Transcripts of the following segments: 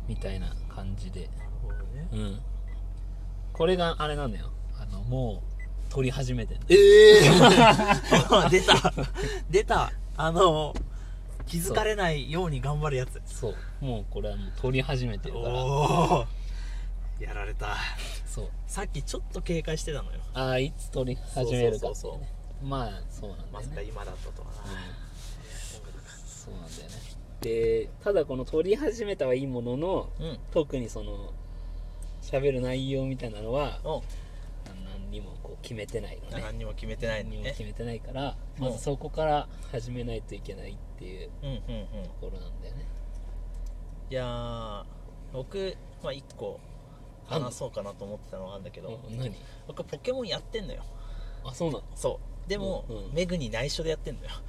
みたいな感じで、 なるほどね。 うん、これがあれなのよ、もう撮り始めてる。 出た出た、気づかれないように頑張るやつ。 そう、もうこれはもう撮り始めてるから。 おー、やられた。 そう、 さっきちょっと警戒してたのよ。 ああ、いつ撮り始めるかっていうね。 そうまあそうなんだまさかよね、 今だったとはな。 そうなんだよね。でただこの撮り始めたはいいものの、特にその喋る内容みたいなのは何にもこう決めてないのね。 何にも決めてないのね。 何にも決めてないから、まずそこから始めないといけないっていうところなんだよね。 いやー、僕、まあ1個話そうかなと思ってたのがあるんだけど、 何？ 僕ポケモンやってんのよ。 あ、そうなの？ そうでも、メグに内緒でやってんのよ。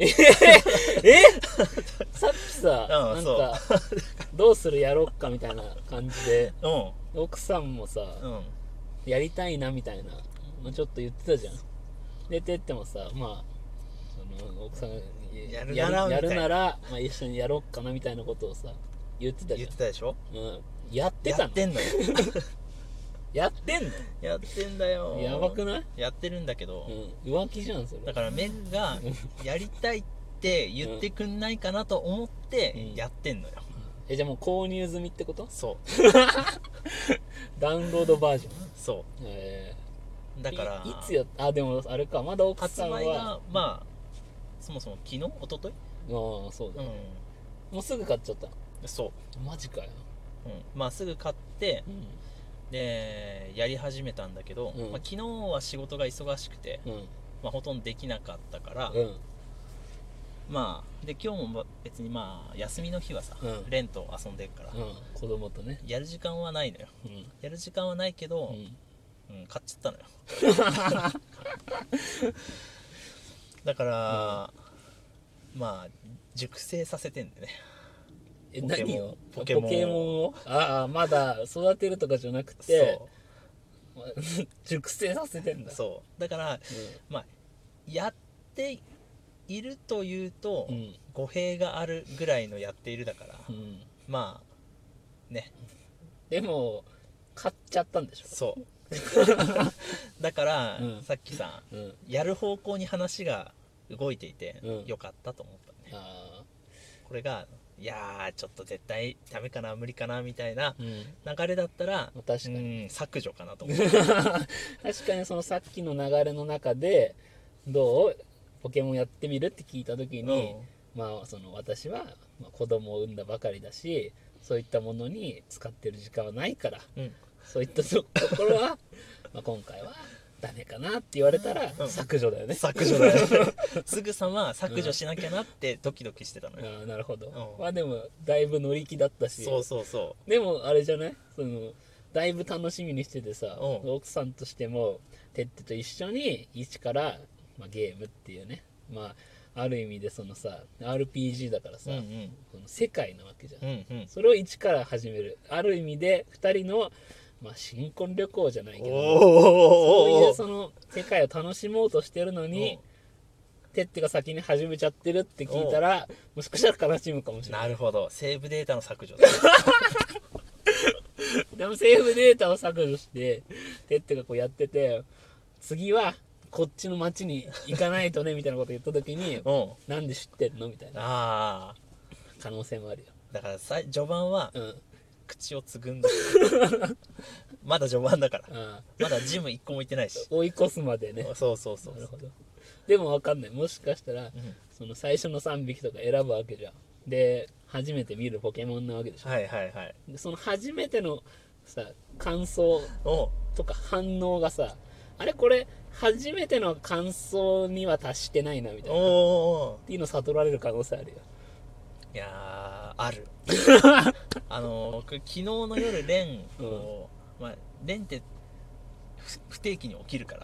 さっきさ、なんかどうするやろっかみたいな感じで、奥さんもさ、やりたいなみたいなのちょっと言ってたじゃん。出てってもさ、まあその奥さんやるなら、まあ、一緒にやろっかなみたいなことをさ言ってたじゃん。 言ってたでしょ。 やってたの？ やってんのよ。 やってんの？ やってんだよ。 やばくない？ やってるんだけど、 浮気じゃんそれ。 だからメグがやりたいって言ってくんないかなと思ってやってんのよ。 じゃあもう購入済みってこと？ そうダウンロードバージョン。 そう、だからいつやでもあれか、まだ奥さんは発売がまあそもそも昨日一昨日ああそうだね、もうすぐ買っちゃったの？ そうマジかよ。 まあすぐ買って、でやり始めたんだけど、まあ、昨日は仕事が忙しくて、まあ、ほとんどできなかったから、まあで今日も別にまあ休みの日はさ、レンと遊んでるから、 子供とねやる時間はないのよ、やる時間はないけど、買っちゃったのよ。だから、まあ熟成させてんだよね。 何を？ポケモンを？ああ、まだ育てるとかじゃなくて熟成させてんだ。 そうだから、まあやっているというと、語弊があるぐらいのやっているだから、まあね。 でも買っちゃったんでしょ？ そうだから、さっきさ、やる方向に話が動いていて、よかったと思ったね。これがいやーちょっと絶対ダメかな無理かなみたいな流れだったら、 確かに削除かなと思う。 確かにそのさっきの流れの中でどうポケモンやってみるって聞いた時に、まあその私は子供を産んだばかりだし、そういったものに使ってる時間はないから、そういったところはまあ今回はダメかなって言われたら削除だよね。 削除だよね。すぐさま削除しなきゃなってドキドキしてたのよ。 なるほど。まあでもだいぶ乗り気だったし。 そうでもあれじゃない？そのだいぶ楽しみにしててさ、奥さんとしてもてってと一緒に一から、まあ、ゲームっていうね、まあある意味でそのさ RPG だからさ、この世界なわけじゃん、それを一から始める、ある意味で2人のまあ新婚旅行じゃないけど、そういうその世界を楽しもうとしてるのに、てってが先に始めちゃってるって聞いたら、もしかしたら悲しむかもしれない。 なるほど、セーブデータの削除だ。 でもセーブデータを削除しててってがこうやってて、次はこっちの町に行かないとねみたいなこと言った時になんで知ってんのみたいな可能性もあるよ。 だから序盤は、口をつぐんでまだ序盤だから、まだジム1個も行ってないし追い越すまでね。 そうなるほど。でも分かんない、もしかしたら、その最初の3匹とか選ぶわけじゃん。で初めて見るポケモンなわけでしょ。でその初めてのさ感想とか反応がさ、あれこれ初めての感想には達してないなみたいなっていうの悟られる可能性あるよ。 いやーある。僕昨日の夜レンを、まあレンって不定期に起きるから、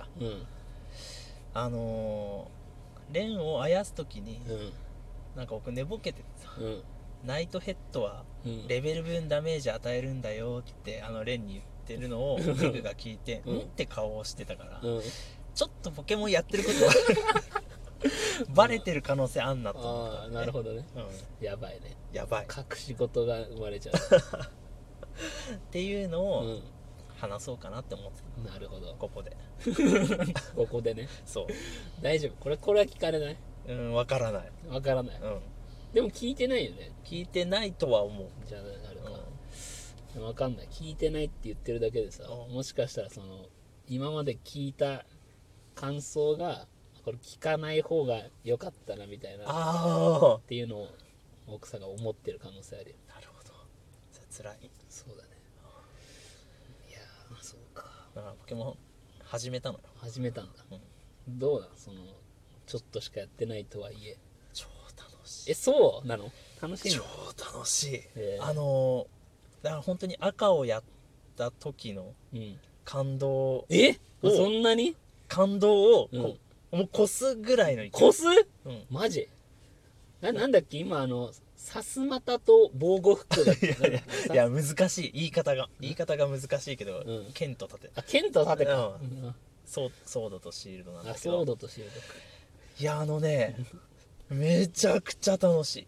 レンをあやす時に、なんか僕寝ぼけてさ、ナイトヘッドはレベル分ダメージ与えるんだよってレンに言ってるのをメグが聞いてうんって顔をしてたから、ちょっとポケモンやってることはバレてる可能性あんなと思った、ね。 なるほどね、やばいね。 やばい、 隠し事が生まれちゃう。 っていうのを話そうかなって思ってた。なるほど。 ここでここでね。 そう大丈夫。これは聞かれない。 わからない。 わからない。でも聞いてないよね。 聞いてないとは思う。 じゃああるか。わかんない。聞いてないって言ってるだけでさ、もしかしたらその今まで聞いた感想がこれ聞かない方が良かったなみたいなっていうのを奥さんが思ってる可能性あるよ。 なるほど。それ辛い。 そうだね。いやー、そうか。 だからポケモン始めたのよ。 始めたんだ。どうだ、そのちょっとしかやってないとはいえ。 超楽しい。 そうなの？楽しいの？ 超楽しい。だから本当に赤をやった時の感動、 そんなに感動をもう越すぐらいの勢い。 越す？マジ？なんだっけ今さすまたと防護服だっけ？ いや難しい言い方が難しいけど、剣と盾。 剣と盾か。 ソードとシールドなんだけど。 ソードとシールド。 いやめちゃくちゃ楽しい。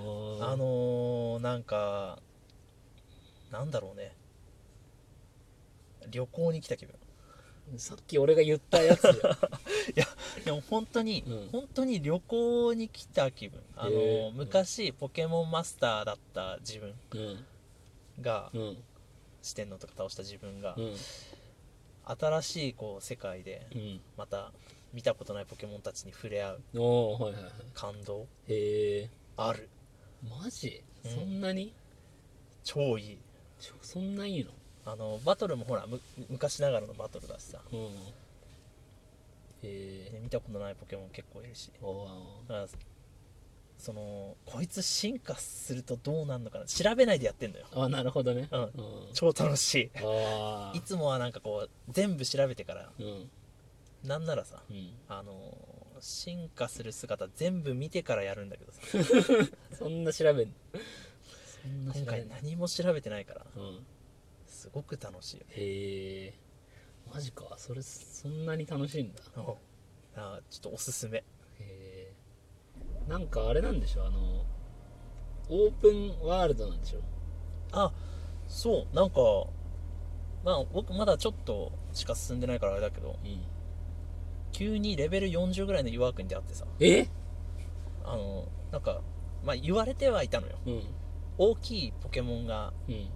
なんかなんだろうね、旅行に来た気分。 さっき俺が言ったやつよ。いやでも本当に、本当に旅行に来た気分。昔ポケモンマスターだった自分が、四天王とか倒した自分が、新しいこう世界でまた見たことないポケモンたちに触れ合う感動ある。 マジ？そんなに？ 超いい。 そんないいの？ バトルもほら昔ながらのバトルだしさ、見たことないポケモン結構いるし、だからそのこいつ進化するとどうなるのかな調べないでやってんのよ。 なるほどね。 超楽しい。いつもはなんかこう全部調べてから、なんならさ、進化する姿全部見てからやるんだけどさそんな調べんの？ 今回何も調べてないから、すごく楽しいよね。 へえ、マジか。そんなに楽しいんだ。 ちょっとおすすめ。 なんかあれなんでしょ、オープンワールドなんでしょ？ そうなんか僕まだちょっとしか進んでないからあれだけど、急にレベル40ぐらいの岩枠に出会ってさ、なんか言われてはいたのよ、大きいポケモンが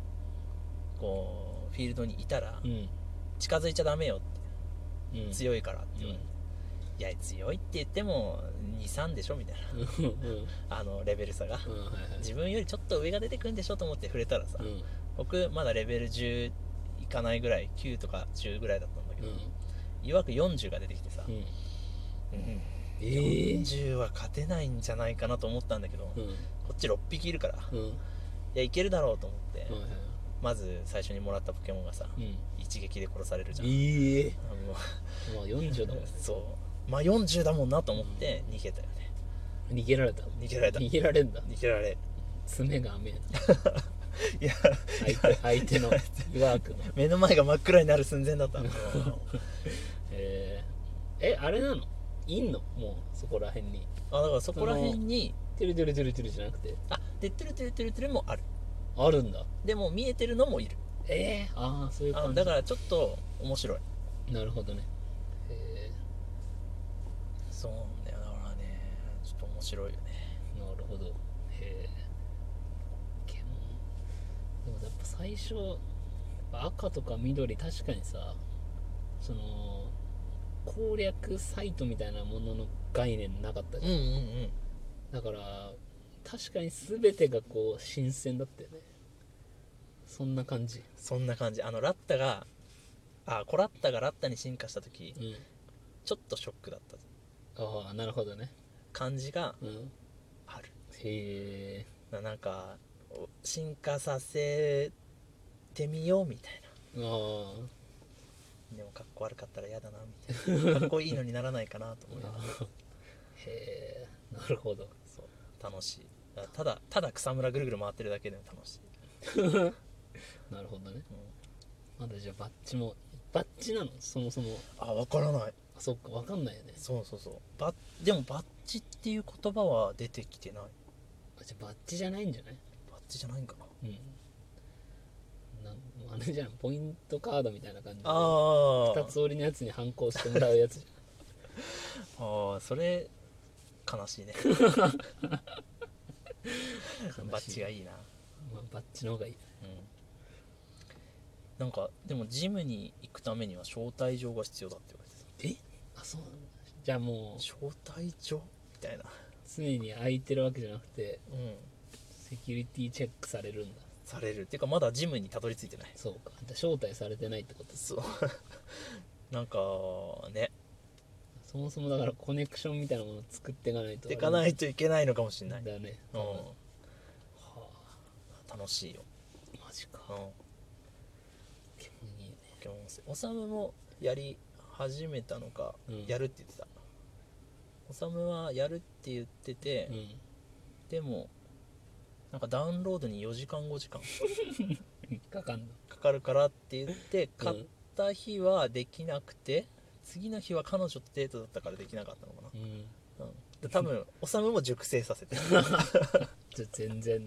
こうフィールドにいたら近づいちゃダメよって、強いからって言われて、いや強いって言っても 2,3 でしょみたいなレベル差が、自分よりちょっと上が出てくるんでしょと思って触れたらさ、僕まだレベル10いかないぐらい、9とか10ぐらいだったんだけど、いわく40が出てきてさ、40は勝てないんじゃないかなと思ったんだけど、こっち6匹いるから、いやいけるだろうと思って、まず最初にもらったポケモンがさ、一撃で殺されるじゃん。 まあ40だもんね。 そう40だもんなと思って逃げたよね。 逃げられた。逃げられんだ。 逃げられる。 爪が甘え。 いや相手の岩枠の目の前が真っ暗になる寸前だったの。 あれなの？いんの？もうそこら辺に。 だからそこら辺にてるてるてるてるじゃなくて、 てってるてるてるてるもある。 あるんだ。 でも見えてるのもいる。 そういう感じ。 だからちょっと面白い。 なるほどね。 そうだよ。だからね、ちょっと面白いよね。 なるほど。でもやっぱ最初赤とか緑、確かにさ、その攻略サイトみたいなものの概念なかったじゃん。だから確かに全てがこう新鮮だったよね。そんな感じ。 ラッタがコラッタがラッタに進化した時、ちょっとショックだった。 なるほどね。 感じがある。 へえ。 なんか進化させてみようみたいな。でもかっこ悪かったら嫌だなみたいな。かっこいいのにならないかなと思いながら。 へえ、なるほど。 そう楽しい。ただ草むらぐるぐる回ってるだけでも楽しい。 なるほどね。まだじゃあバッジなの？そもそも。 わからない。 そっか、わかんないよね。 そうでもバッジっていう言葉は出てきてない。 じゃあバッジじゃないんじゃない？ バッジじゃないんかな。 あれじゃん、ポイントカードみたいな感じであ 2つ折りのやつに反抗してもらうやつじあ、それ悲しいねゃんバッジがいいな。 まあ、バッジの方がいい。 なんかでもジムに行くためには招待状が必要だって言われてあ、そうなんだ。じゃあもう招待状みたいな。 常に空いてるわけじゃなくてうんセキュリティチェックされるんだ。 されるっていうか、まだジムにたどり着いてない。 そうか。じゃあ招待されてないってこと。 そうなんかね、 そもそもだからコネクションみたいなものを作っていかないといかないといけないのかもしれない。 だね。 うん、 は楽しいよ。 あ、マジか。 うん、 結構いいね。 おさむもやり始めたのか、やるって言ってた。おさむはやるって言ってて、でもなんかダウンロードに4時間5時間かかんのかかるからって言って買った日はできなくて、次の日は彼女とデートだったからできなかったのかな。で多分おさむも熟成させてじゃあ全然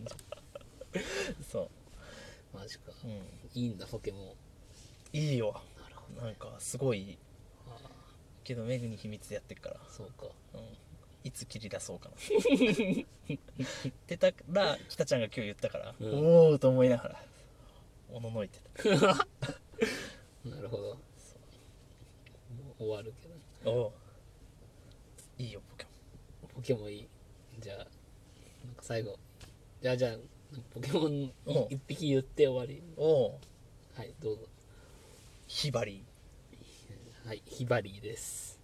そうマジか。いいんだポケモン。 いいよ。 なるほど。 なんかすごいああ、 けどメグに秘密でやってるから、 そうか。 いつ切り出そうかなってたら北ちゃんが今日言ったから、おおと思いながらおののいてたなるほど。もう終わるけど。 おおいいよポケモンいい。じゃあなんか最後じゃあポケモン一匹言って終わり。 おおはい、どうぞ。 ヒバリはい、ヒバリーです。